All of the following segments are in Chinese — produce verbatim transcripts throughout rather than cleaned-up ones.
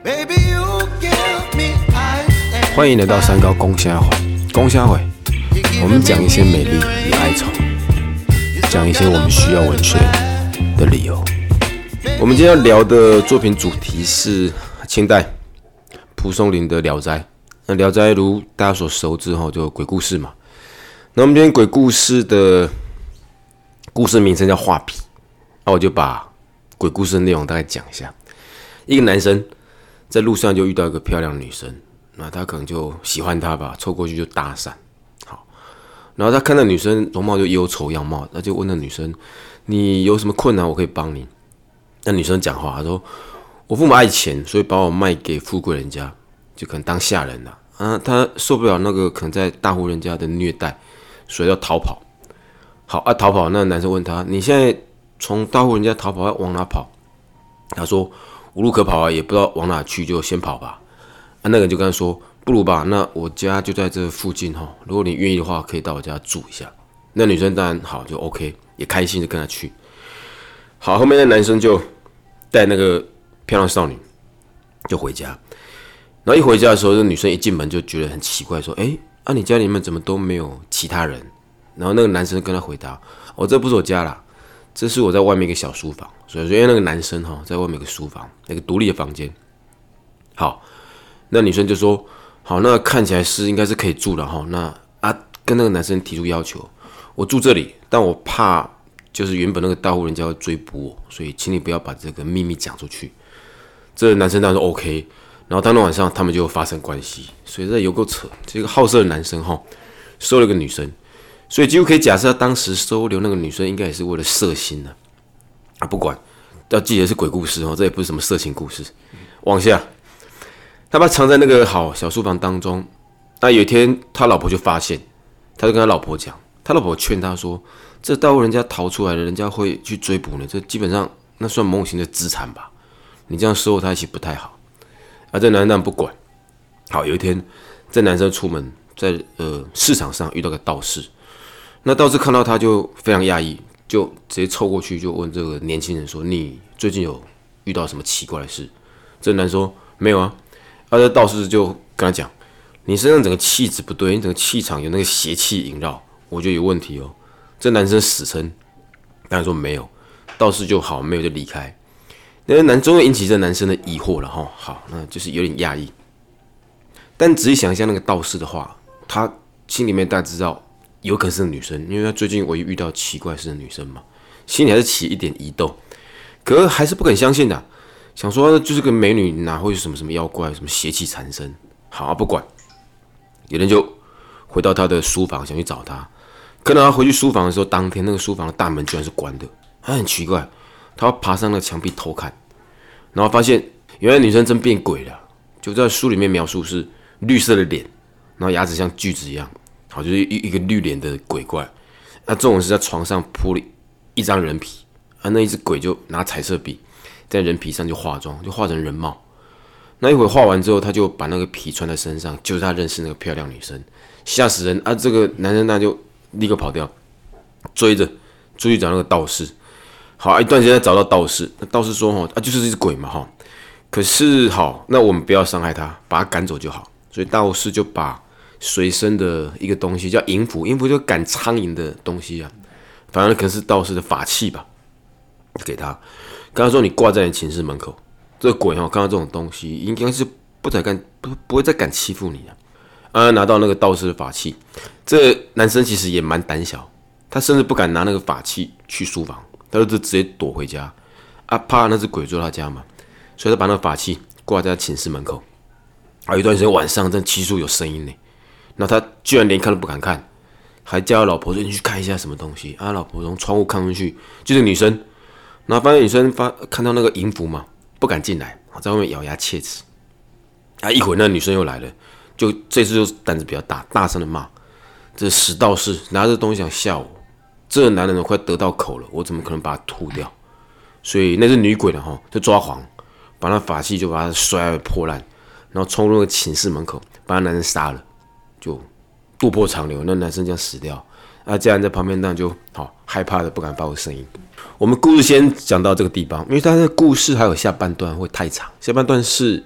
欢迎来到三高公虾会，公虾会，我们讲一些美丽与哀愁，讲一些我们需要文学的理由。我们今天要聊的作品主题是清代蒲松龄的《聊斋》。那《聊斋》如大家所熟知哈，就鬼故事嘛。那我们今天鬼故事的故事名称叫画皮，那我就把鬼故事的内容大概讲一下。一个男生在路上就遇到一个漂亮的女生，那他可能就喜欢她吧，凑过去就搭讪。好，然后他看到女生容貌就忧愁样貌，他就问那女生：“你有什么困难，我可以帮你？”那女生讲话，她说：“我父母爱钱，所以把我卖给富贵人家，就可能当下人了。啊，他受不了那个可能在大户人家的虐待，所以要逃跑。好啊，逃跑。那个男生问他：你现在从大户人家逃跑要往哪跑？他说：无路可跑啊，也不知道往哪去，就先跑吧。啊，那个人就跟他说：不如吧，那我家就在这附近哈，如果你愿意的话，可以到我家住一下。那女生当然好，就 OK， 也开心的跟他去。好，后面那男生就带那个漂亮少女就回家。然后一回家的时候，这女生一进门就觉得很奇怪，说：“哎，啊，你家里面怎么都没有其他人？”然后那个男生跟他回答：“哦，这不是我家啦，这是我在外面一个小书房。”所以说，因为那个男生哈在外面有个书房，那个独立的房间。好，那女生就说：“好，那看起来是应该是可以住的哈。那啊，跟那个男生提出要求，我住这里，但我怕就是原本那个大户人家会追捕我，所以请你不要把这个秘密讲出去。”这个男生当然说 OK。然后当天晚上他们就发生关系，所以这有够扯。这个好色的男生哈收了一个女生，所以几乎可以假设他当时收留那个女生应该也是为了色心的啊。不管，要记得是鬼故事哦，这也不是什么色情故事。往下，他把他藏在那个好小书房当中。那有一天他老婆就发现，他就跟他老婆讲，他老婆劝他说：“这大户人家逃出来了，人家会去追捕你，这基本上那算某种型的资产吧？你这样收他一起不太好。”啊，这男人当然不管。好，有一天，这男生出门，在呃市场上遇到个道士。那道士看到他就非常讶异，就直接凑过去就问这个年轻人说：“你最近有遇到什么奇怪的事？”这男人说：“没有啊。”啊，这道士就跟他讲：“你身上整个气质不对，你整个气场有那个邪气萦绕，我觉得有问题哦。”这男生死撑，当然说没有。道士就好，没有就离开。那男终于引起这男生的疑惑了哈，好，那就是有点讶异。但仔细想一下那个道士的话，他心里面大概知道有可能是女生，因为他最近唯一遇到奇怪事的女生嘛，心里还是起一点疑窦，可是还是不肯相信的、啊，想说就是个美女，哪会有什么什么妖怪，什么邪气缠身？好、啊，不管，有人就回到他的书房想去找他，看到他回去书房的时候，当天那个书房的大门居然是关的，他很奇怪。他爬上那个墙壁偷看，然后发现原来女生真变鬼了。就在书里面描述是绿色的脸，然后牙齿像锯子一样，好，就是一一个绿脸的鬼怪。那这种是在床上铺了一张人皮，啊，那一只鬼就拿彩色笔在人皮上就化妆，就化成人貌。那一会画完之后，他就把那个皮穿在身上，就是他认识那个漂亮女生，吓死人啊！这个男人那就立刻跑掉，追着出去找那个道士。好，一段时间找到道士，那道士说：“哈，啊，就是一只鬼嘛，哈。可是好，那我们不要伤害他，把他赶走就好。所以道士就把随身的一个东西叫银符，银符就赶苍蝇的东西啊，反正可能是道士的法器吧，给他。跟他说：你挂在你寝室门口，这个鬼哈看到这种东西，应该是不再敢不不会再敢欺负你了。啊，拿到那个道士的法器，这个男生其实也蛮胆小，他甚至不敢拿那个法器去书房。”他就直接躲回家，啊，怕那只鬼追他家嘛，所以他把那个法器挂在寝室门口。啊，有一段时间晚上，真奇数有声音呢，那他居然连看都不敢看，还叫他老婆说：“你去看一下什么东西。”啊，老婆从窗户看出去，就是女生，然后发现女生发看到那个银符嘛，不敢进来，在外面咬牙切齿。啊，一会儿那女生又来了，就这次就胆子比较大，大声的骂：“这死道士拿着东西想吓我。”这个男人快得到口了，我怎么可能把他吐掉？所以那只女鬼呢，哈，就抓狂，把那法器就把它摔得破烂，然后冲入那个寝室门口，把那男人杀了，就渡破长流，那男生这样死掉。啊，家人在旁边当然就好害怕的不敢发出声音。我们故事先讲到这个地方，因为它的故事还有下半段会太长，下半段是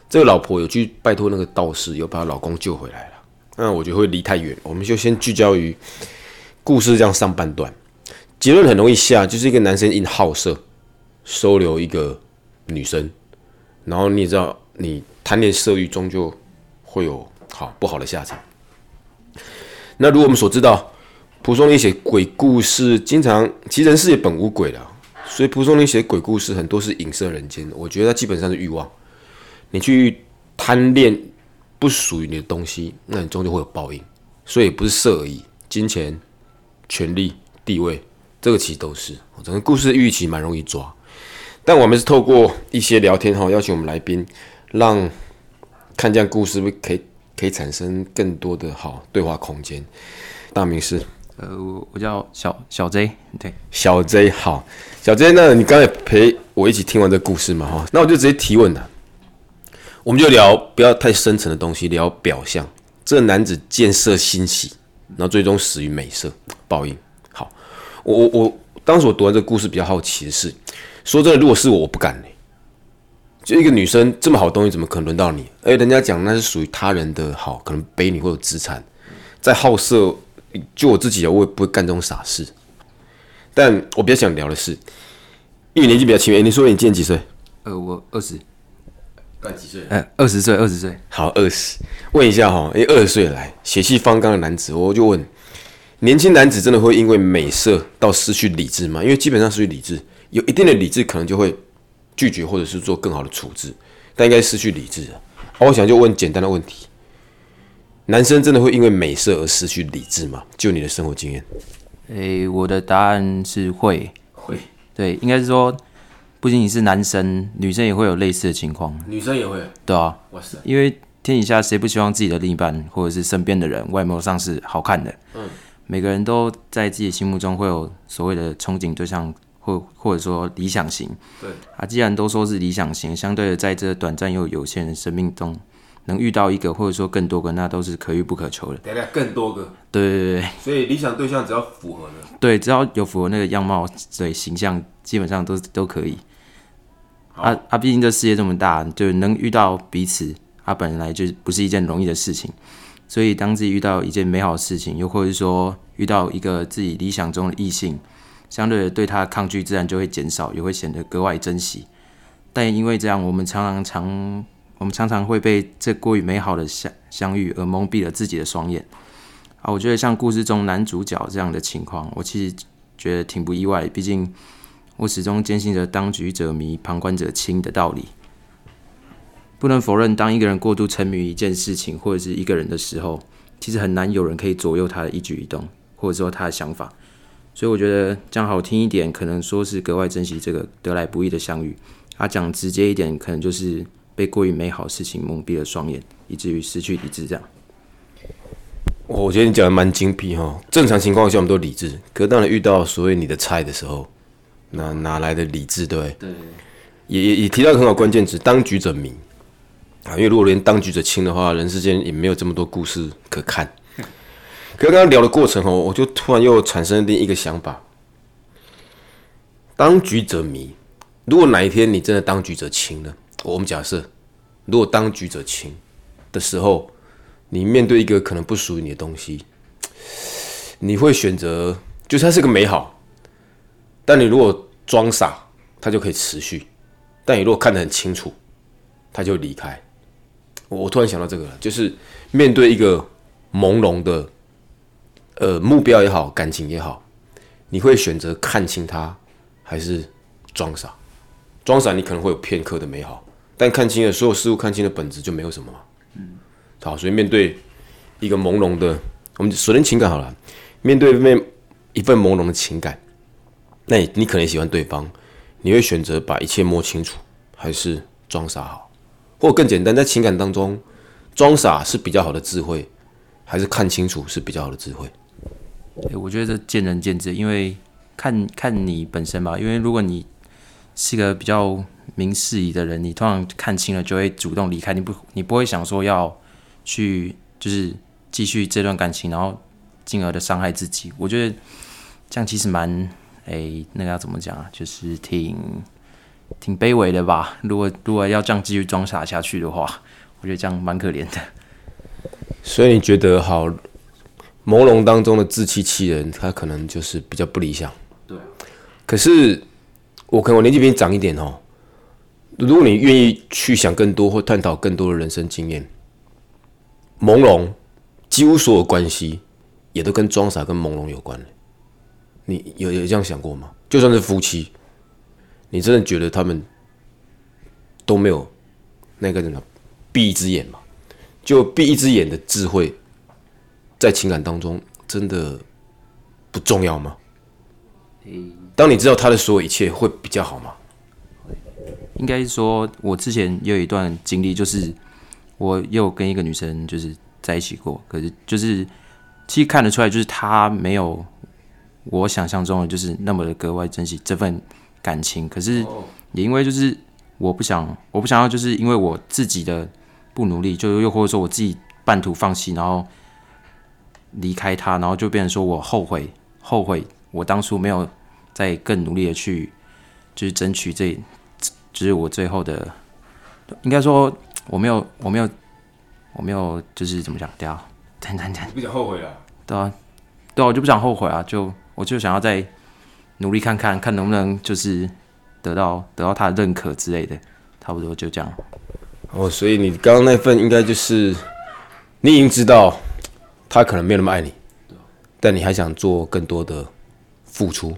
这个老婆有去拜托那个道士，有把她老公救回来了。那我觉得会离太远，我们就先聚焦于故事这样上半段。结论很容易下，就是一个男生因好色收留一个女生，然后你也知道，你贪恋色欲，终究会有好不好的下场。那如果我们所知道，蒲松龄写鬼故事，经常其实人世也本无鬼啦，所以蒲松龄写鬼故事很多是影射人间的。我觉得他基本上是欲望，你去贪恋不属于你的东西，那你终究会有报应。所以不是色而已，金钱、权力、地位，这个其实都是。整个故事的寓意其实蛮容易抓，但我们是透过一些聊天哈，邀请我们来宾，让看这样故事可以可以产生更多的好对话空间。大名是？ 呃，我我叫小小 J， 对， 小 J 好，小 J， 那你刚才陪我一起听完这个故事嘛哈，那我就直接提问了，我们就聊不要太深层的东西，聊表象。这男子见色心喜，然后最终死于美色，报应。好，我我我当时我读完这个故事比较好奇的是，说真的，如果是我，我不敢嘞。就一个女生这么好的东西，怎么可能轮到你？而且人家讲那是属于他人的好，可能卑你或者资产，在好色。就我自己，我也不会干这种傻事。但我比较想聊的是，因为年纪比较轻，欸，你说你今年几岁？ 呃，我二十， 干几岁？ 呃，二十岁，二十岁。 好，二十。问一下哈，因为二十岁来血气方刚的男子，我就问：年轻男子真的会因为美色到失去理智吗？因为基本上失去理智，有一定的理智，可能就会拒绝或者是做更好的处置，但应该失去理智啊。我想就问简单的问题。男生真的会因为美色而失去理智吗？就你的生活经验， 诶，我的答案是会， 会， 对，应该是说，不仅仅是男生，女生也会有类似的情况。 女生也会， 对啊， 哇塞， 因为天底下谁不希望自己的另一半或者是身边的人外貌上是好看的？嗯，每个人都在自己心目中会有所谓的憧憬对象，或或者说理想型。 对啊，既然都说是理想型，相对的，在这短暂又有限的生命中。能遇到一个或者说更多个，那都是可遇不可求的。 等一下，更多个。 对对对。 所以理想对象只要符合的。 对，只要有符合那个样貌、对形象，基本上都都可以。啊啊，毕竟这世界这么大，就能遇到彼此，啊本来就不是一件容易的事情。所以当自己遇到一件美好的事情，又或者说遇到一个自己理想中的异性，相对的对他的抗拒自然就会减少，也会显得格外珍惜。但因为这样，我们常常常。我们常常会被这过于美好的相遇而蒙蔽了自己的双眼啊！我觉得像故事中男主角这样的情况，我其实觉得挺不意外的。毕竟我始终坚信着当局者迷，旁观者清的道理。不能否认，当一个人过度沉迷于一件事情或者是一个人的时候，其实很难有人可以左右他的一举一动，或者说他的想法。所以我觉得讲好听一点，可能说是格外珍惜这个得来不易的相遇；啊，讲直接一点，可能就是被过于美好的事情蒙蔽了双眼，以至于失去理智。这样， 我觉得你讲的蛮精辟哈。正常情况下我们都理智，可是当然遇到所谓你的菜的时候，那哪来的理智？对不对？ 对。 也也也提到一个很好关键词，当局者迷啊。因为如果连当局者清的话，人世间也没有这么多故事可看。可是刚刚聊的过程哦，我就突然又产生另一个想法：当局者迷。如果哪一天你真的当局者清了，我们假设，如果当局者清的时候，你面对一个可能不属于你的东西，你会选择，就是它是个美好，但你如果装傻，它就可以持续；但你如果看得很清楚，它就离开。我突然想到这个了，就是面对一个朦胧的，呃，目标也好，感情也好，你会选择看清它，还是装傻？装傻你可能会有片刻的美好。但看清了所有事物，看清了本质就没有什么嘛。嗯，好，所以面对一个朦胧的，我们锁定情感好了。面对一份朦胧的情感，那你你可能喜欢对方，你会选择把一切摸清楚，还是装傻好？或者更简单，在情感当中，装傻是比较好的智慧，还是看清楚是比较好的智慧？ 欸、我觉得这见仁见智，因为看看你本身吧。因为如果你是一个比较明事理的人，你通常看清了就会主动离开，你不你不会想说要去就是继续这段感情，然后进而的伤害自己。我觉得这样其实蛮诶、欸，那个要怎么讲啊？就是挺挺卑微的吧。如果如果要这样继续装傻下去的话，我觉得这样蛮可怜的。 所以你觉得好，朦胧当中的自欺欺人，他可能就是比较不理想。 对。 可是我可能我年纪比你长一点哦。如果你愿意去想更多或探讨更多的人生经验，朦胧几乎所有关系也都跟装傻跟朦胧有关。你有有这样想过吗？就算是夫妻，你真的觉得他们都没有那个什么闭一只眼嘛？就闭一只眼的智慧，在情感当中真的不重要吗？当你知道他的所有一切，会比较好吗？ 应该是说，我之前也有一段经历，就是我也有跟一个女生就是在一起过，可是就是其实看得出来，就是她没有我想象中的就是那么的格外珍惜这份感情。可是也因为就是我不想，我不想要，就是因为我自己的不努力，就又或者说我自己半途放弃，然后离开她，然后就变成说我后悔，后悔我当初没有再更努力的去就是争取这。就是我最后的，应该说我没有，我没有，我没有，就是怎么讲？对啊，等等等， 不想后悔了。 对啊，对啊，我就不想后悔啊，就我就想要再努力看看，看能不能就是得到得到他的认可之类的，差不多就这样。 哦，所以你刚刚那份应该就是你已经知道他可能没有那么爱你，但你还想做更多的付出。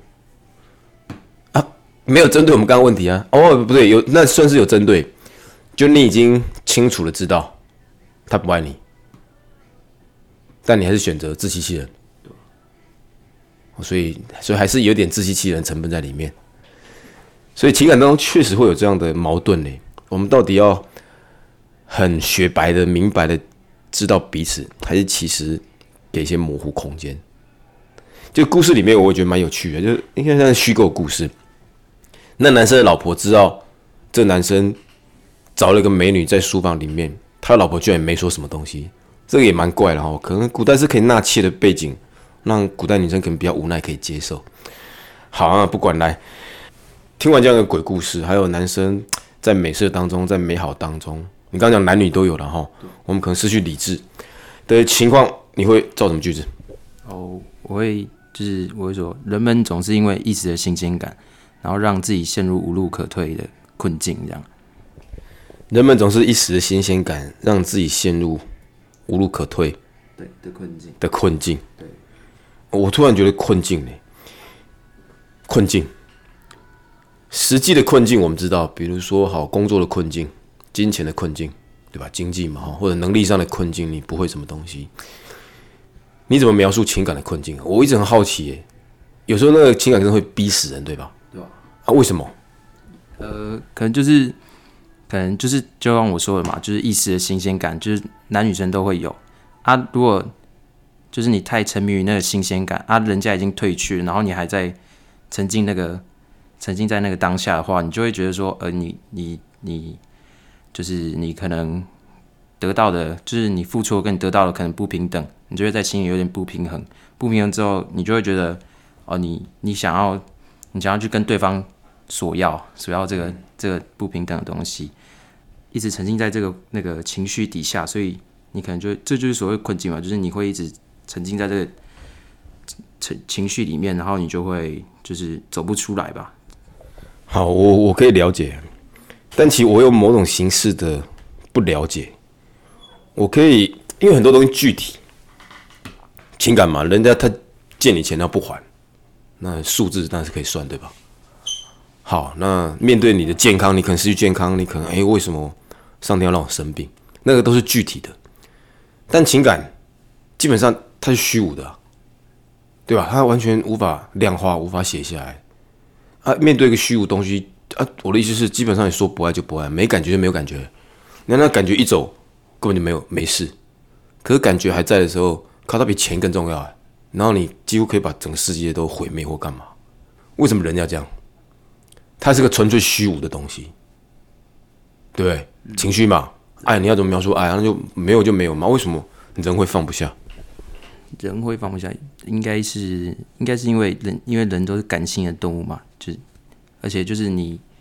没有针对我们刚刚问题啊？哦，不对，有那算是有针对，就你已经清楚的知道他不爱你，但你还是选择自欺欺人，所以所以还是有点自欺欺人成分在里面。所以情感当中确实会有这样的矛盾呢。我们到底要很雪白的、明白的知道彼此，还是其实给一些模糊空间？就故事里面，我也觉得蛮有趣的，就是应该像虚构故事。那男生的老婆知道这男生找了一个美女在书房里面，他的老婆居然也没说什么东西，这个也蛮怪的哈。可能古代是可以纳妾的背景，让古代女生可能比较无奈可以接受。好啊，不管来，听完这样的鬼故事，还有男生在美色当中，在美好当中，你刚刚讲男女都有了哈，我们可能失去理智的情况，你会造什么句子？ 哦，我会就是我会说，人们总是因为一时的新鲜感。然后让自己陷入无路可退的困境，这样。 人们总是一时的新鲜感，让自己陷入无路可退对的困境的困境。 对， 我突然觉得困境呢，困境，实际的困境我们知道，比如说好工作的困境、金钱的困境，对吧？经济嘛，或者能力上的困境，你不会什么东西，你怎么描述情感的困境？我一直很好奇耶，有时候那个情感真的会逼死人，对吧？啊，为什么？ 呃，可能就是，可能就是，就像我说的嘛，就是一时的新鲜感，就是男女生都会有啊。如果就是你太沉迷于那个新鲜感啊，人家已经退去了，然后你还在沉浸那个沉浸在那个当下的话，你就会觉得说，呃，你你你，就是你可能得到的，就是你付出的跟你得到的可能不平等，你就会在心里有点不平衡。不平衡之后，你就会觉得，哦，你你想要你想要去跟对方。索要索要这个这个不平等的东西，一直沉浸在这个那个情绪底下，所以你可能就这就是所谓困境嘛，就是你会一直沉浸在这个情情绪里面，然后你就会就是走不出来吧。 好，我我可以了解，但其实我有某种形式的不了解。我可以因为很多东西具体情感嘛，人家他借你钱他不还，那数字当然是可以算，对吧？好，那面对你的健康，你可能失去健康，你可能哎、欸，为什么上天要让我生病？那个都是具体的，但情感基本上它是虚无的、啊，对吧？它完全无法量化，无法写下来啊。面对一个虚无东西啊，我的意思是，基本上你说不爱就不爱，没感觉就没有感觉。那那感觉一走，根本就没有没事。可是感觉还在的时候，靠它比钱更重要哎。然后你几乎可以把整个世界都毁灭或干嘛？为什么人要这样？它是个纯粹虚无的东西，对不对？嗯、情绪嘛，爱你要怎么描述爱，那就没有就没有嘛。为什么人会放不下？ 人会放不下，应该是应该是因为人，因为人都是感性的动物嘛，就是而且就是你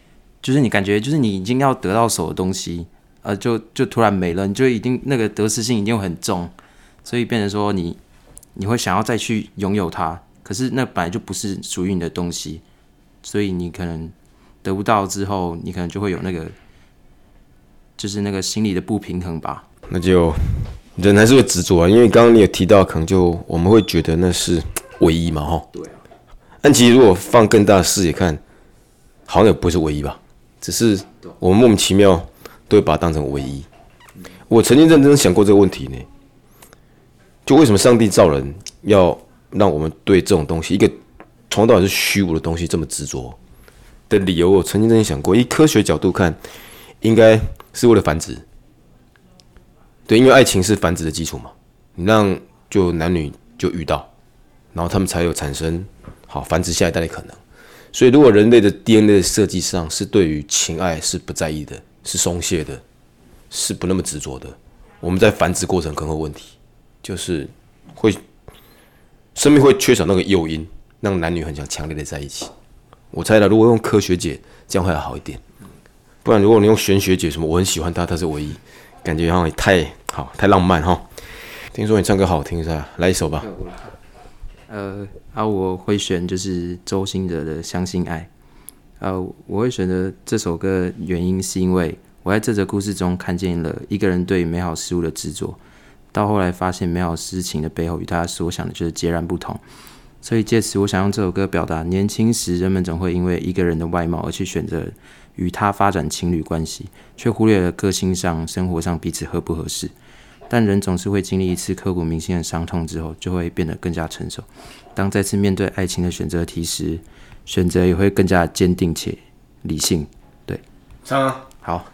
就是你感觉就是你已经要得到手的东西，呃，就就突然没了，你就一定那个得失心一定会很重，所以变成说你你会想要再去拥有它，可是那本来就不是属于你的东西，所以你可能得不到之后，你可能就会有那个就是那个心理的不平衡吧。 那就人还是会执着啊，因为刚刚你有提到，可能就我们会觉得那是唯一嘛，哈。 对啊。 但其实如果放更大的视野看，好像也不是唯一吧，只是我们莫名其妙都会把它当成唯一。我曾经认真想过这个问题呢，就为什么上帝造人要让我们对这种东西，一个从头到尾是虚无的东西这么执着的理由，我曾经认真想过。以科学角度看，应该是为了繁殖。对，因为爱情是繁殖的基础嘛，你让就男女就遇到，然后他们才有产生好繁殖下一代的可能。所以，如果人类的 D N A 的设计上是对于情爱是不在意的，是松懈的，是不那么执着的，我们在繁殖过程可能会有问题，就是会生命会缺少那个诱因，让男女很想强烈的在一起。我猜了，如果用科学解，这样会好一点。不然，如果你用玄学解，什么我很喜欢他，他是唯一，感觉好像也太好太浪漫哈。听说你唱歌好听是吧？来一首吧。 呃，啊，我会选就是周兴哲的《相信爱》。呃，我会选择这首歌，原因是因为我在这则故事中看见了一个人对美好事物的执着，到后来发现美好事情的背后与他所想的就是截然不同。所以借此，我想用这首歌表达：年轻时人们总会因为一个人的外貌而去选择与他发展情侣关系，却忽略了个性上、生活上彼此合不合适。但人总是会经历一次刻骨铭心的伤痛之后，就会变得更加成熟。当再次面对爱情的选择题时，选择也会更加坚定且理性。对， 唱啊， 好。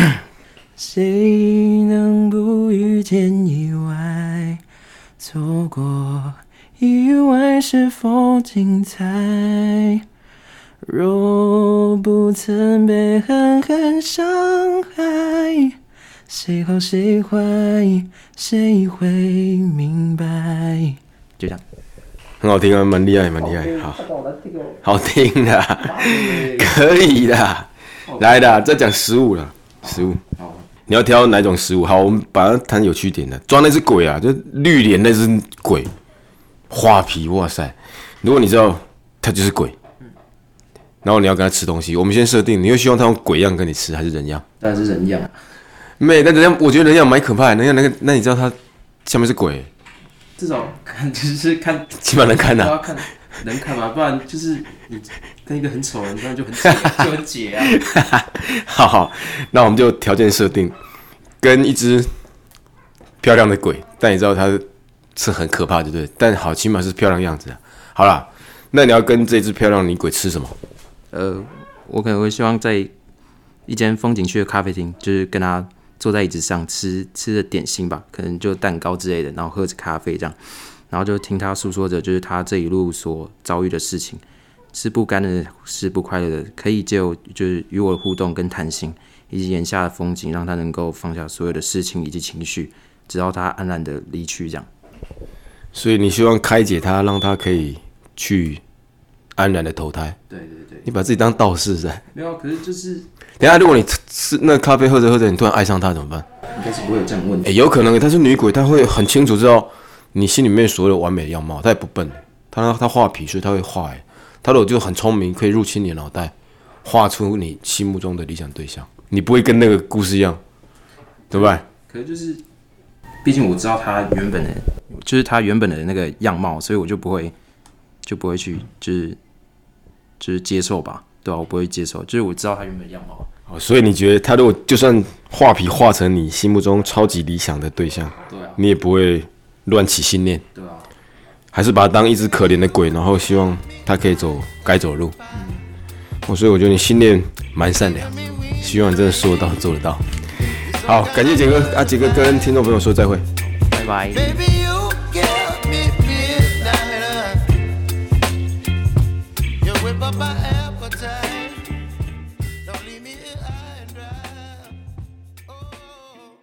谁能不遇见意外？错过意外是否精彩？若不曾被狠狠伤害，谁好谁坏，谁会明白？就这样， 很好听啊，蛮厉害，蛮厉害，好，好听的，可以的，来的，再讲食物了，食物，你要挑哪种食物？好，我们把它谈有趣一点的，抓那只鬼啊，就绿脸那只鬼，花皮，哇塞！如果你知道它就是鬼，然后你要跟它吃东西，我们先设定，你会希望它用鬼样跟你吃，还是人样？ 当然是人样。 没，但人样，我觉得人样蛮可怕的。人样那个，那你知道它下面是鬼？ 至少看就是看， 起码能看啊。 要看能看嘛，不然就是你跟一个很丑的人，不然就很解，就很解啊。 好好，那我们就条件设定，跟一只漂亮的鬼，但你知道它是很可怕，对不对？但好，起码是漂亮样子啊。好啦，那你要跟这只漂亮的女鬼吃什么？呃， 我可能会希望在一间风景区的咖啡厅，就是跟他坐在椅子上吃吃的点心吧，可能就蛋糕之类的，然后喝着咖啡这样，然后就听他诉说着就是他这一路所遭遇的事情，是不甘的，是不快乐的，可以就就是与我的互动跟谈心，以及眼下的风景，让他能够放下所有的事情以及情绪，直到他安然的离去这样。 所以你希望开解他，让他可以去安然的投胎。 对对对， 你把自己当道士是吧？ 没有，可是就是等一下，如果你吃那咖啡喝着喝着，你突然爱上他怎么办？ 应该是不会有这样的问题。 欸、有可能她是女鬼，她会很清楚知道你心里面所有的完美的样貌，她也不笨，她她画皮，所以她会画。哎，她如果就很聪明，可以入侵你的脑袋，画出你心目中的理想对象，你不会跟那个故事一样，对不对？ 可是就是，毕竟我知道她原本的，就是她原本的那个样貌，所以我就不会就不会去就是就是接受吧。对啊，我不会接受，就是我知道他原本的样貌。 哦，所以你觉得他如果就算画皮画成你心目中超级理想的对象， 对啊， 你也不会乱起心念， 对啊， 还是把他当一只可怜的鬼，然后希望他可以走该走的路。嗯，哦，所以我觉得你心念蛮善良，希望你真的说得到做得到。好，感谢杰哥啊，杰哥跟听众朋友说再会， 拜拜。